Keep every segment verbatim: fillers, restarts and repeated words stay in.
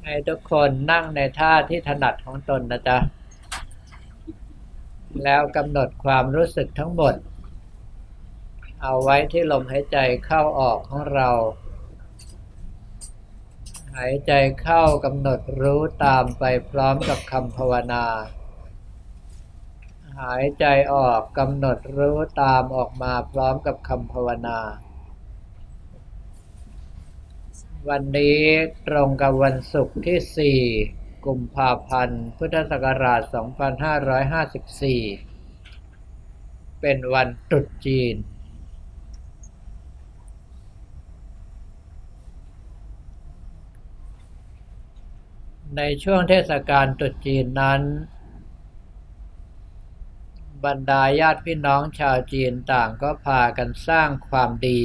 ให้ทุกคนนั่งในท่าที่ถนัดของตนนะจ๊ะแล้วกำหนดความรู้สึกทั้งหมดเอาไว้ที่ลมหายใจเข้าออกของเราหายใจเข้ากำหนดรู้ตามไปพร้อมกับคำภาวนาหายใจออกกำหนดรู้ตามออกมาพร้อมกับคำภาวนาวันนี้ตรงกับวันศุกร์ที่สี่กุมภาพันธ์พุทธศักราชสองพันห้าร้อยห้าสิบสี่เป็นวันตรุษจีนในช่วงเทศกาลตรุษจีนนั้นบรรดาญาติพี่น้องชาวจีนต่างก็พากันสร้างความดี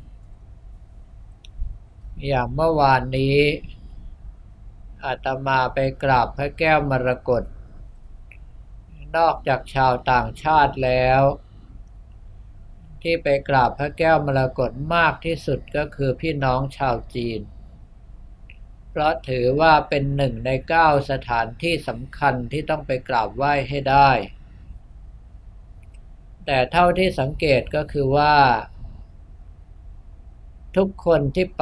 อย่างเมื่อวานนี้อาตมาไปกราบพระแก้วมรกตนอกจากชาวต่างชาติแล้วที่ไปกราบพระแก้วมรกตมากที่สุดก็คือพี่น้องชาวจีนเพราะถือว่าเป็นหนึ่งในเก้าสถานที่สำคัญที่ต้องไปกราบไหว้ให้ได้แต่เท่าที่สังเกตก็คือว่าทุกคนที่ไป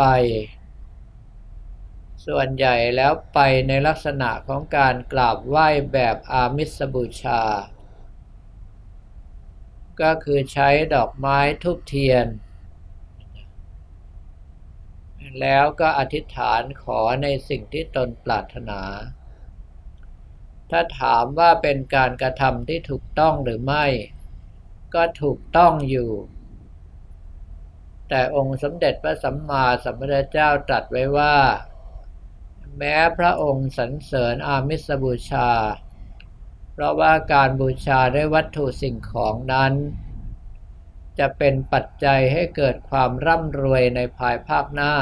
ส่วนใหญ่แล้วไปในลักษณะของการกราบไหว้แบบอามิสบูชาก็คือใช้ดอกไม้ธูปเทียนแล้วก็อธิษฐานขอในสิ่งที่ตนปรารถนาถ้าถามว่าเป็นการกระทำที่ถูกต้องหรือไม่ก็ถูกต้องอยู่แต่องค์สมเด็จพระสัมมาสัมพุทธเจ้าตรัสไว้ว่าแม้พระองค์สรรเสริญอามิสบูชาเพราะว่าการบูชาด้วยวัตถุสิ่งของนั้นจะเป็นปัจจัยให้เกิดความร่ำรวยในภายภาคหน้า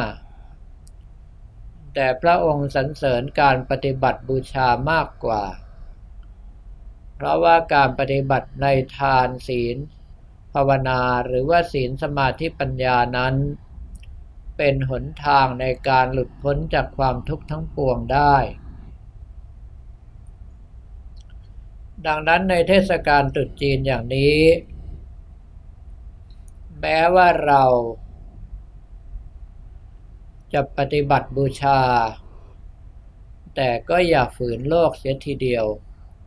แต่พระองค์สรรเสริญการปฏิบัติบูชามากกว่าเพราะว่าการปฏิบัติในทานศีลภาวนาหรือว่าศีลสมาธิปัญญานั้นเป็นหนทางในการหลุดพ้นจากความทุกข์ทั้งปวงได้ดังนั้นในเทศกาลตรุษจีนอย่างนี้แม้ว่าเราจะปฏิบัติบูชาแต่ก็อย่าฝืนโลกเสียทีเดียว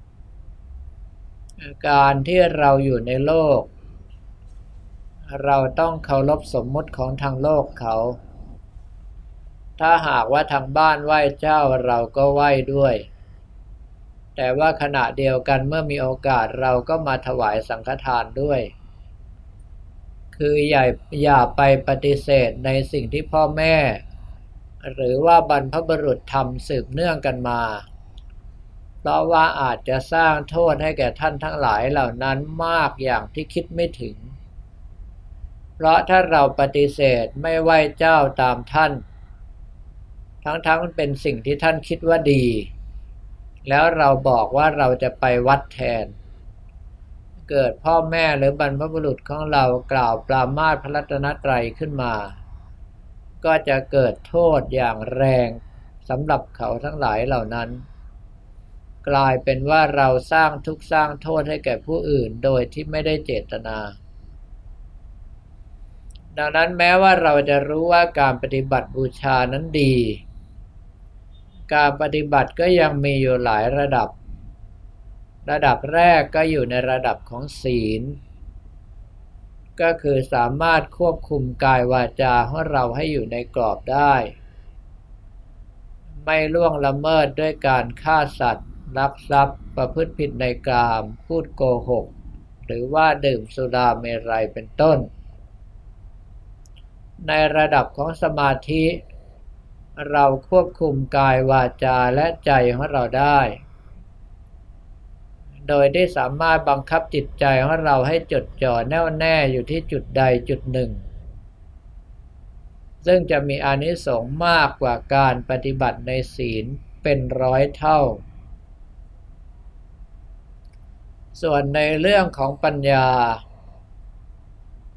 การที่เราอยู่ในโลกเราต้องเคารพสมมุติของทางโลกเขาถ้าหากว่าทางบ้านไหว้เจ้าเราก็ไหว้ด้วยแต่ว่าขณะเดียวกันเมื่อมีโอกาสเราก็มาถวายสังฆทานด้วยคืออย่าอย่าไปปฏิเสธในสิ่งที่พ่อแม่หรือว่าบรรพบุรุษทำสืบเนื่องกันมาเพราะว่าอาจจะสร้างโทษให้แก่ท่านทั้งหลายเหล่านั้นมากอย่างที่คิดไม่ถึงเพราะถ้าเราปฏิเสธไม่ไหว้เจ้าตามท่านทั้งๆเป็นสิ่งที่ท่านคิดว่าดีแล้วเราบอกว่าเราจะไปวัดแทนเกิดพ่อแม่หรือบรรพบุรุษของเรากล่าวปรามาสพระรัตนตรัยขึ้นมาก็จะเกิดโทษอย่างแรงสำหรับเขาทั้งหลายเหล่านั้นกลายเป็นว่าเราสร้างทุกข์สร้างโทษให้แก่ผู้อื่นโดยที่ไม่ได้เจตนาดังนั้นแม้ว่าเราจะรู้ว่าการปฏิบัติบูชานั้นดีการปฏิบัติก็ยังมีอยู่หลายระดับระดับแรกก็อยู่ในระดับของศีลก็คือสามารถควบคุมกายวาจาของเราให้อยู่ในกรอบได้ไม่ล่วงละเมิดด้วยการฆ่าสัตว์ลักทรัพย์ประพฤติผิดในกามพูดโกหกหรือว่าดื่มสุราเมรัยเป็นต้นในระดับของสมาธิเราควบคุมกายวาจาและใจของเราได้โดยที่สามารถบังคับจิตใจของเราให้จดจ่อแน่วแน่อยู่ที่จุดใดจุดหนึ่งซึ่งจะมีอานิสงส์มากกว่าการปฏิบัติในศีลเป็นร้อยเท่าส่วนในเรื่องของปัญญา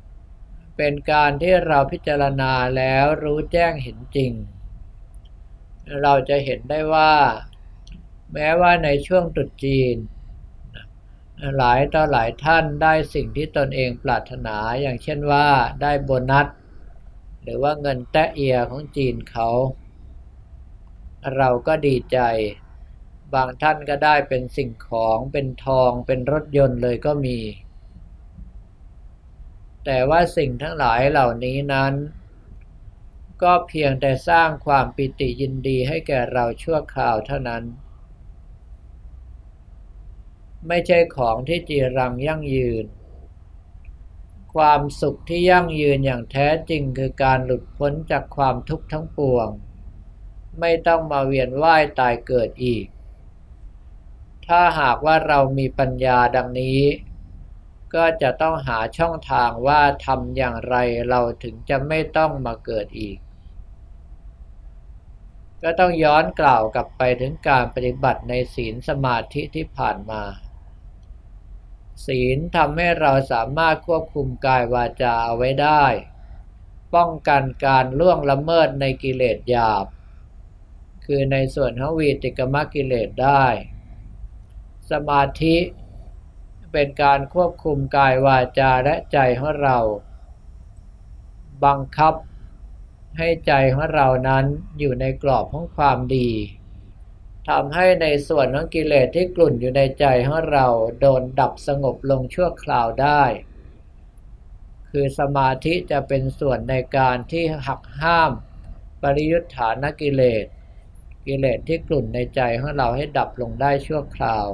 เป็นการที่เราพิจารณาแล้วรู้แจ้งเห็นจริงเราจะเห็นได้ว่าแม้ว่าในช่วงตรุษจีนหลายต่อหลายท่านได้สิ่งที่ตนเองปรารถนาอย่างเช่นว่าได้โบนัสหรือว่าเงินแตะเอียของจีนเขาเราก็ดีใจบางท่านก็ได้เป็นสิ่งของเป็นทองเป็นรถยนต์เลยก็มีแต่ว่าสิ่งทั้งหลายเหล่านี้นั้นก็เพียงแต่สร้างความปิติยินดีให้แก่เราชั่วคราวเท่านั้นไม่ใช่ของที่จีรังยั่งยืนความสุขที่ยั่งยืนอย่างแท้จริงคือการหลุดพ้นจากความทุกข์ทั้งปวงไม่ต้องมาเวียนว่ายตายเกิดอีกถ้าหากว่าเรามีปัญญาดังนี้ก็จะต้องหาช่องทางว่าทำอย่างไรเราถึงจะไม่ต้องมาเกิดอีกก็ต้องย้อนกล่าวกลับไปถึงการปฏิบัติในศีลสมาธิที่ผ่านมาศีลทำให้เราสามารถควบคุมกายวาจาเอาไว้ได้ป้องกันการล่วงละเมิดในกิเลสหยาบคือในส่วนของวีติกมกิเลสได้สมาธิเป็นการควบคุมกายวาจาและใจของเราบังคับให้ใจของเรานั้นอยู่ในกรอบของความดีทำให้ในส่วนของกิเลสที่กลุ่นอยู่ในใจของเราโดนดับสงบลงชั่วคราวได้คือสมาธิจะเป็นส่วนในการที่หักห้ามปริยุทธานกิเลสกิเลสที่กลุ่นในใจของเราให้ดับลงได้ชั่วคราว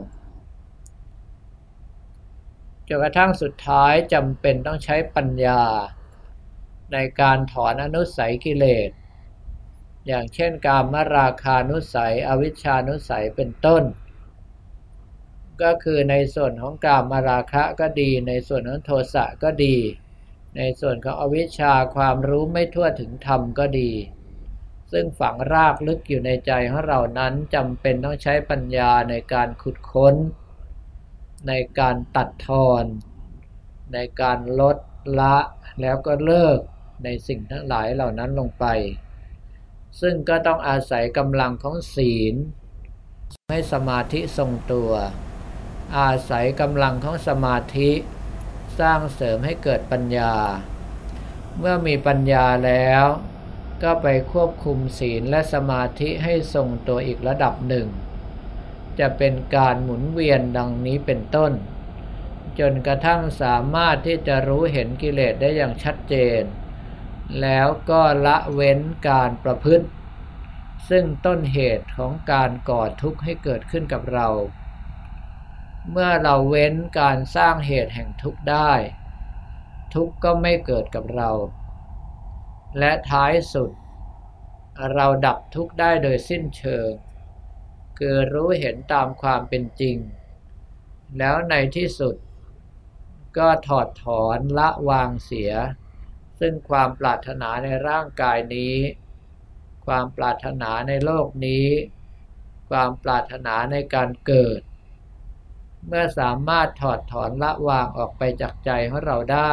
จนกระทั่งสุดท้ายจำเป็นต้องใช้ปัญญาในการถอนอนุสัยกิเลสอย่างเช่นกามราคานุสัยอวิชชานุสัยเป็นต้นก็คือในส่วนของกามราคะก็ดีในส่วนของโทสะก็ดีในส่วนของอวิชชาความรู้ไม่ทั่วถึงธรรมก็ดีซึ่งฝังรากลึกอยู่ในใจของเรานั้นจำเป็นต้องใช้ปัญญาในการขุดค้นในการตัดทอนในการลดละแล้วก็เลิกในสิ่งทั้งหลายเหล่านั้นลงไปซึ่งก็ต้องอาศัยกำลังของศีลให้สมาธิทรงตัวอาศัยกำลังของสมาธิสร้างเสริมให้เกิดปัญญาเมื่อมีปัญญาแล้วก็ไปควบคุมศีลและสมาธิให้ทรงตัวอีกระดับหนึ่งจะเป็นการหมุนเวียนดังนี้เป็นต้นจนกระทั่งสามารถที่จะรู้เห็นกิเลสได้อย่างชัดเจนแล้วก็ละเว้นการประพฤติซึ่งต้นเหตุของการก่อทุกข์ให้เกิดขึ้นกับเราเมื่อเราเว้นการสร้างเหตุแห่งทุกข์ได้ทุกข์ก็ไม่เกิดกับเราและท้ายสุดเราดับทุกข์ได้โดยสิ้นเชิงคือรู้เห็นตามความเป็นจริงแล้วในที่สุดก็ถอดถอนละวางเสียซึ่งความปรารถนาในร่างกายนี้ความปรารถนาในโลกนี้ความปรารถนาในการเกิดเมื่อสามารถถอดถอนละวางออกไปจากใจของเราได้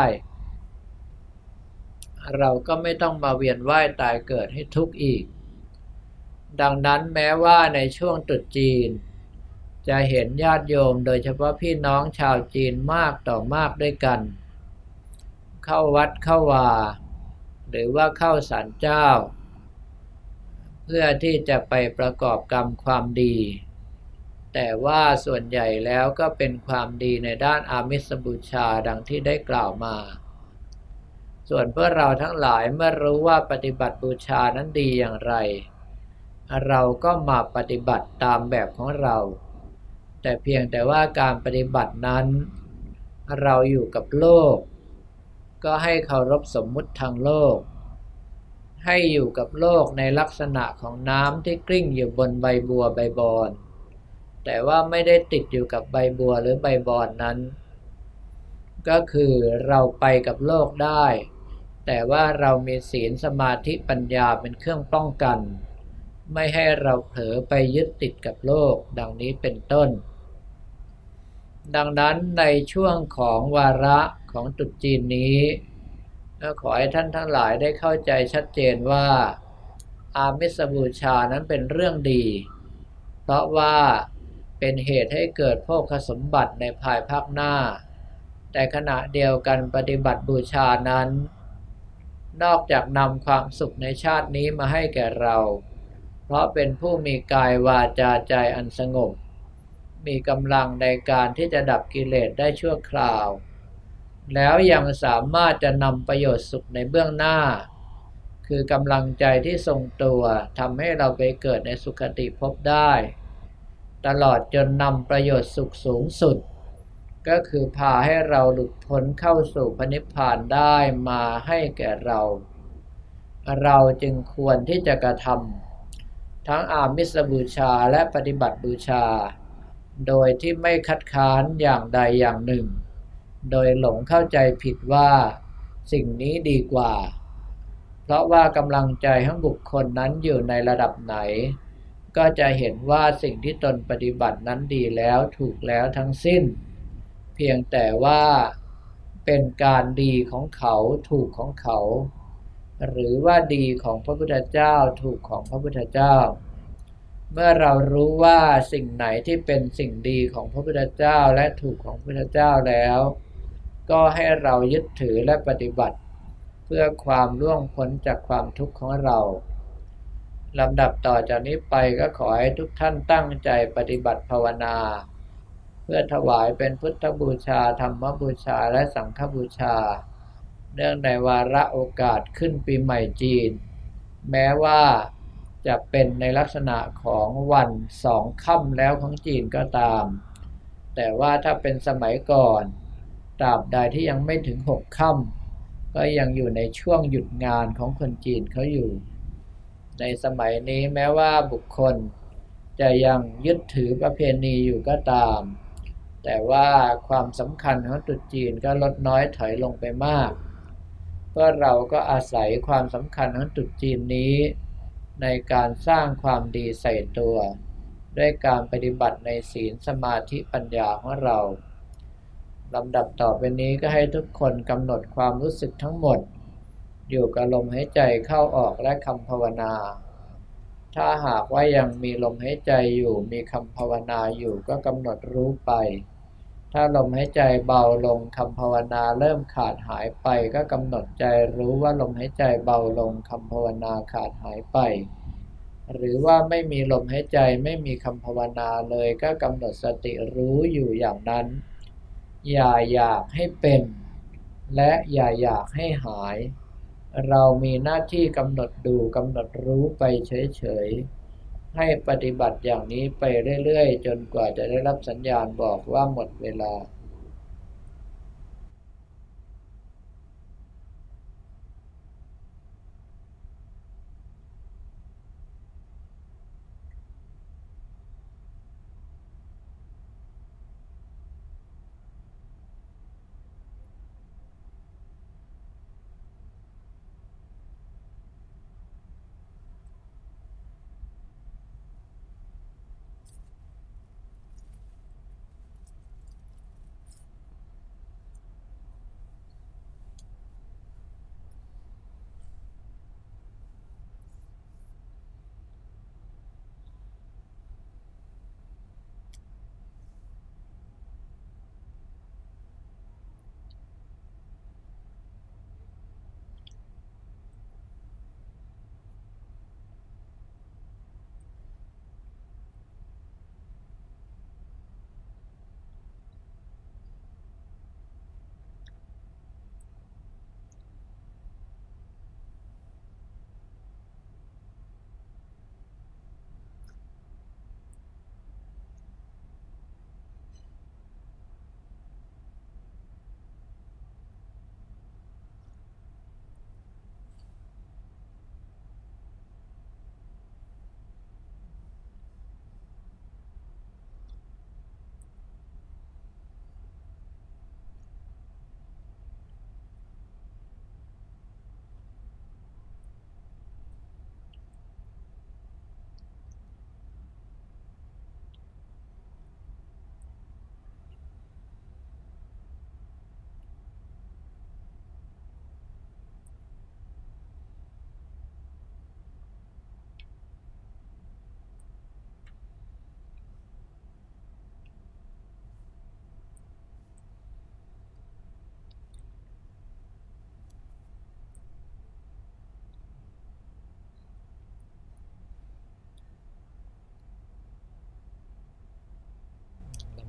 เราก็ไม่ต้องมาเวียนว่ายตายเกิดให้ทุกข์อีกดังนั้นแม้ว่าในช่วงตรุษจีนจะเห็นญาติโยมโดยเฉพาะพี่น้องชาวจีนมากต่อมากด้วยกันเข้าวัดเข้าวาหรือว่าเข้าศาลเจ้าเพื่อที่จะไปประกอบกรรมความดีแต่ว่าส่วนใหญ่แล้วก็เป็นความดีในด้านอามิสบูชาดังที่ได้กล่าวมาส่วนพวกเราทั้งหลายเมื่อรู้ว่าปฏิบัติบูชานั้นดีอย่างไรเราก็มาปฏิบัติตามแบบของเราแต่เพียงแต่ว่าการปฏิบัตินั้นเราอยู่กับโลกก็ให้เคารพสมมุติทางโลกให้อยู่กับโลกในลักษณะของน้ำที่กลิ้งอยู่บนใบบัวใบบอนแต่ว่าไม่ได้ติดอยู่กับใบบัวหรือใบบอนนั้นก็คือเราไปกับโลกได้แต่ว่าเรามีศีลสมาธิปัญญาเป็นเครื่องป้องกันไม่ให้เราเผลอไปยึดติดกับโลกดังนี้เป็นต้นดังนั้นในช่วงของวาระของตรุษจีนนี้ก็ขอให้ท่านทั้งหลายได้เข้าใจชัดเจนว่าอามิสบูชานั้นเป็นเรื่องดีเพราะว่าเป็นเหตุให้เกิดโภคสมบัติในภายภาคหน้าแต่ขณะเดียวกันปฏิบัติบูชานั้นนอกจากนำความสุขในชาตินี้มาให้แก่เราเพราะเป็นผู้มีกายวาจาใจอันสงบมีกำลังในการที่จะดับกิเลสได้ชั่วคราวแล้วยังสามารถจะนำประโยชน์สุขในเบื้องหน้าคือกำลังใจที่ทรงตัวทำให้เราไปเกิดในสุคติภพได้ตลอดจนนำประโยชน์สุขสูงสุดก็คือพาให้เราหลุดพ้นเข้าสู่พระนิพพานได้มาให้แก่เราเราจึงควรที่จะกระทำทั้งอามิสบูชาและปฏิบัติบูชาโดยที่ไม่คัดค้านอย่างใดอย่างหนึ่งโดยหลงเข้าใจผิดว่าสิ่งนี้ดีกว่าเพราะว่ากำลังใจของบุคคลนั้นอยู่ในระดับไหนก็จะเห็นว่าสิ่งที่ตนปฏิบัตินั้นดีแล้วถูกแล้วทั้งสิ้นเพียงแต่ว่าเป็นการดีของเขาถูกของเขาหรือว่าดีของพระพุทธเจ้าถูกของพระพุทธเจ้าเมื่อเรารู้ว่าสิ่งไหนที่เป็นสิ่งดีของพระพุทธเจ้าและถูกของพระพุทธเจ้าแล้วก็ให้เรายึดถือและปฏิบัติเพื่อความล่วงพ้นจากความทุกข์ของเราลำดับต่อจากนี้ไปก็ขอให้ทุกท่านตั้งใจปฏิบัติภาวนาเพื่อถวายเป็นพุทธบูชาธรรมบูชาและสังฆบูชาเนื่องในวาระโอกาสขึ้นปีใหม่จีนแม้ว่าจะเป็นในลักษณะของวันสองค่ำแล้วของจีนก็ตามแต่ว่าถ้าเป็นสมัยก่อนตราบใดที่ยังไม่ถึงหกค่ำก็ยังอยู่ในช่วงหยุดงานของคนจีนเขาอยู่ในสมัยนี้แม้ว่าบุคคลจะยังยึดถือประเพณีอยู่ก็ตามแต่ว่าความสำคัญของตรุษจีนก็ลดน้อยถอยลงไปมากเพราะเราก็อาศัยความสำคัญของตรุษจีนนี้ในการสร้างความดีใส่ตัวด้วยการปฏิบัติในศีลสมาธิปัญญาของเราลำดับต่อไปนี้ก็ให้ทุกคนกำหนดความรู้สึกทั้งหมดอยู่กับลมหายใจเข้าออกและคำภาวนาถ้าหากว่ายังมีลมหายใจอยู่มีคำภาวนาอยู่ก็กำหนดรู้ไปถ้าลมหายใจเบาลงคำภาวนาเริ่มขาดหายไปก็กำหนดใจรู้ว่าลมหายใจเบาลงคำภาวนาขาดหายไปหรือว่าไม่มีลมหายใจไม่มีคำภาวนาเลยก็กำหนดสติรู้อยู่อย่างนั้นอย่าอยากให้เป็นและอย่าอยากให้หายเรามีหน้าที่กำหนดดูกำหนดรู้ไปเฉยๆให้ปฏิบัติอย่างนี้ไปเรื่อยๆจนกว่าจะได้รับสัญญาณบอกว่าหมดเวลา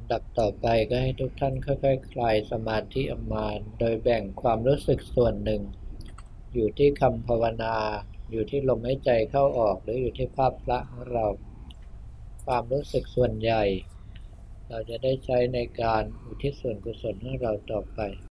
ำดับต่อไปก็ให้ทุกท่านค่อยๆคลายสมาธิออกมาโดยแบ่งความรู้สึกส่วนหนึ่งอยู่ที่คำภาวนาอยู่ที่ลมหายใจเข้าออกหรืออยู่ที่ภาพพระของเราความรู้สึกส่วนใหญ่เราจะได้ใช้ในการอุทิศส่วนกุศลของเราต่อไป